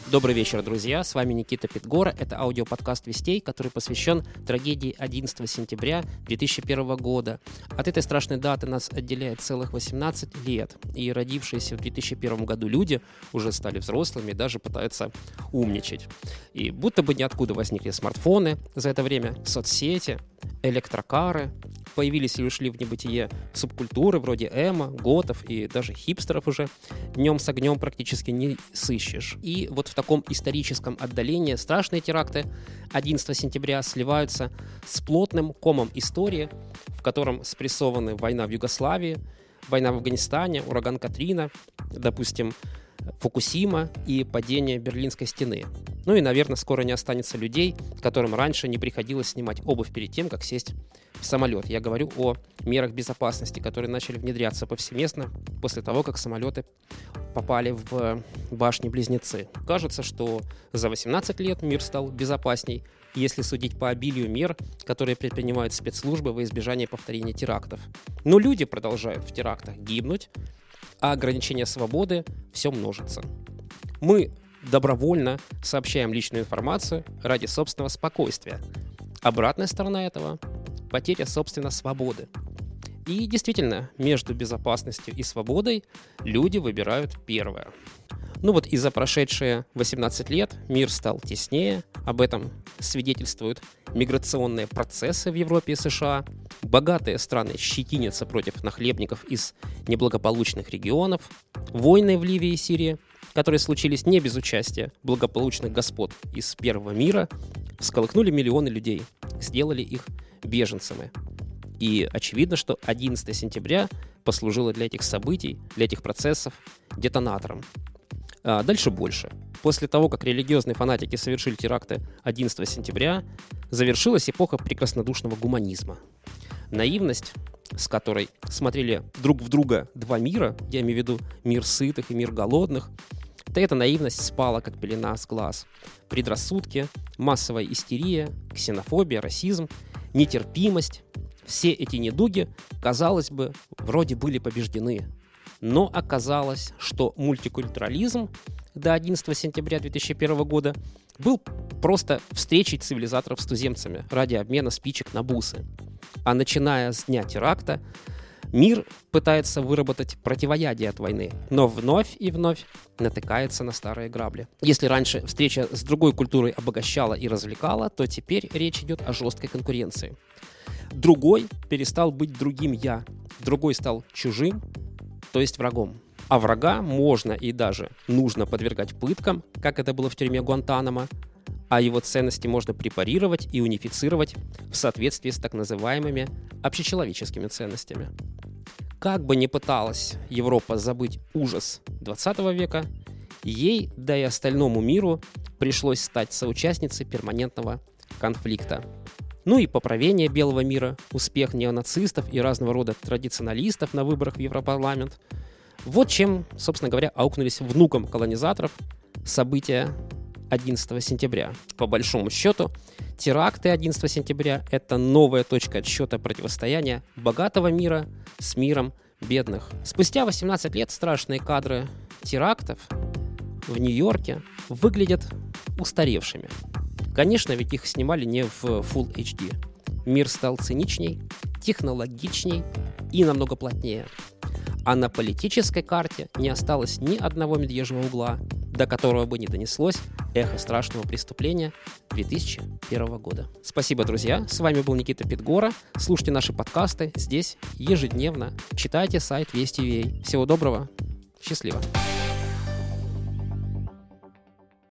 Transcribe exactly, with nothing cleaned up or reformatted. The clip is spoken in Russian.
Добрый вечер, друзья. С вами Никита Пидгора. Это аудиоподкаст «Вестей», который посвящен трагедии одиннадцатого сентября две тысячи первого года. От этой страшной даты нас отделяет целых восемнадцать лет. И родившиеся в две тысячи первом году люди уже стали взрослыми и даже пытаются умничать. И будто бы ниоткуда возникли смартфоны за это время, соцсети, электрокары. Появились и ушли в небытие субкультуры вроде эмо, готов и даже хипстеров уже днем с огнем практически не сыщешь. И вот в таком историческом отдалении страшные теракты одиннадцатого сентября сливаются с плотным комом истории, в котором спрессованы война в Югославии, война в Афганистане, ураган Катрина, допустим, Фукусима и падение Берлинской стены. Ну и, наверное, скоро не останется людей, которым раньше не приходилось снимать обувь перед тем, как сесть в самолет. Я говорю о мерах безопасности, которые начали внедряться повсеместно после того, как самолеты попали в башни-близнецы. Кажется, что за восемнадцать лет мир стал безопасней, если судить по обилию мер, которые предпринимают спецслужбы во избежание повторения терактов. Но люди продолжают в терактах гибнуть, а ограничение свободы все множится. Мы добровольно сообщаем личную информацию ради собственного спокойствия. Обратная сторона этого – потеря собственной свободы. И действительно, между безопасностью и свободой люди выбирают первое. Ну вот и за прошедшие восемнадцать лет мир стал теснее, об этом свидетельствуют миграционные процессы в Европе и США. Богатые страны щетинятся против нахлебников из неблагополучных регионов. Войны в Ливии и Сирии, которые случились не без участия благополучных господ из первого мира, всколыхнули миллионы людей, сделали их беженцами. И очевидно, что одиннадцатого сентября послужило для этих событий, для этих процессов детонатором. А дальше больше. После того, как религиозные фанатики совершили теракты одиннадцатого сентября, завершилась эпоха прекраснодушного гуманизма. Наивность, с которой смотрели друг в друга два мира, я имею в виду мир сытых и мир голодных, да эта наивность спала, как пелена с глаз. Предрассудки, массовая истерия, ксенофобия, расизм, нетерпимость – все эти недуги, казалось бы, вроде были побеждены. Но оказалось, что мультикультурализм до одиннадцатого сентября две тысячи первого года был просто встречей цивилизаторов с туземцами ради обмена спичек на бусы. А начиная с дня теракта, мир пытается выработать противоядие от войны, но вновь и вновь натыкается на старые грабли. Если раньше встреча с другой культурой обогащала и развлекала, то теперь речь идет о жесткой конкуренции. Другой перестал быть другим «я», другой стал чужим, то есть врагом. А врага можно и даже нужно подвергать пыткам, как это было в тюрьме Гуантанамо, а его ценности можно препарировать и унифицировать в соответствии с так называемыми общечеловеческими ценностями. Как бы ни пыталась Европа забыть ужас двадцатого века, ей, да и остальному миру, пришлось стать соучастницей перманентного конфликта. Ну и поправение белого мира, успех неонацистов и разного рода традиционалистов на выборах в Европарламент. Вот чем, собственно говоря, аукнулись внукам колонизаторов события одиннадцатого сентября. По большому счету, теракты одиннадцатого сентября – это новая точка отсчета противостояния богатого мира с миром бедных. Спустя восемнадцать лет страшные кадры терактов в Нью-Йорке выглядят устаревшими. Конечно, ведь их снимали не в Full эйч ди. Мир стал циничней, технологичней и намного плотнее. А на политической карте не осталось ни одного медвежьего угла, до которого бы не донеслось эхо страшного преступления две тысячи первого года. Спасибо, друзья. С вами был Никита Пидгора. Слушайте наши подкасты здесь ежедневно. Читайте сайт Вести точка ю а. Всего доброго. Счастливо.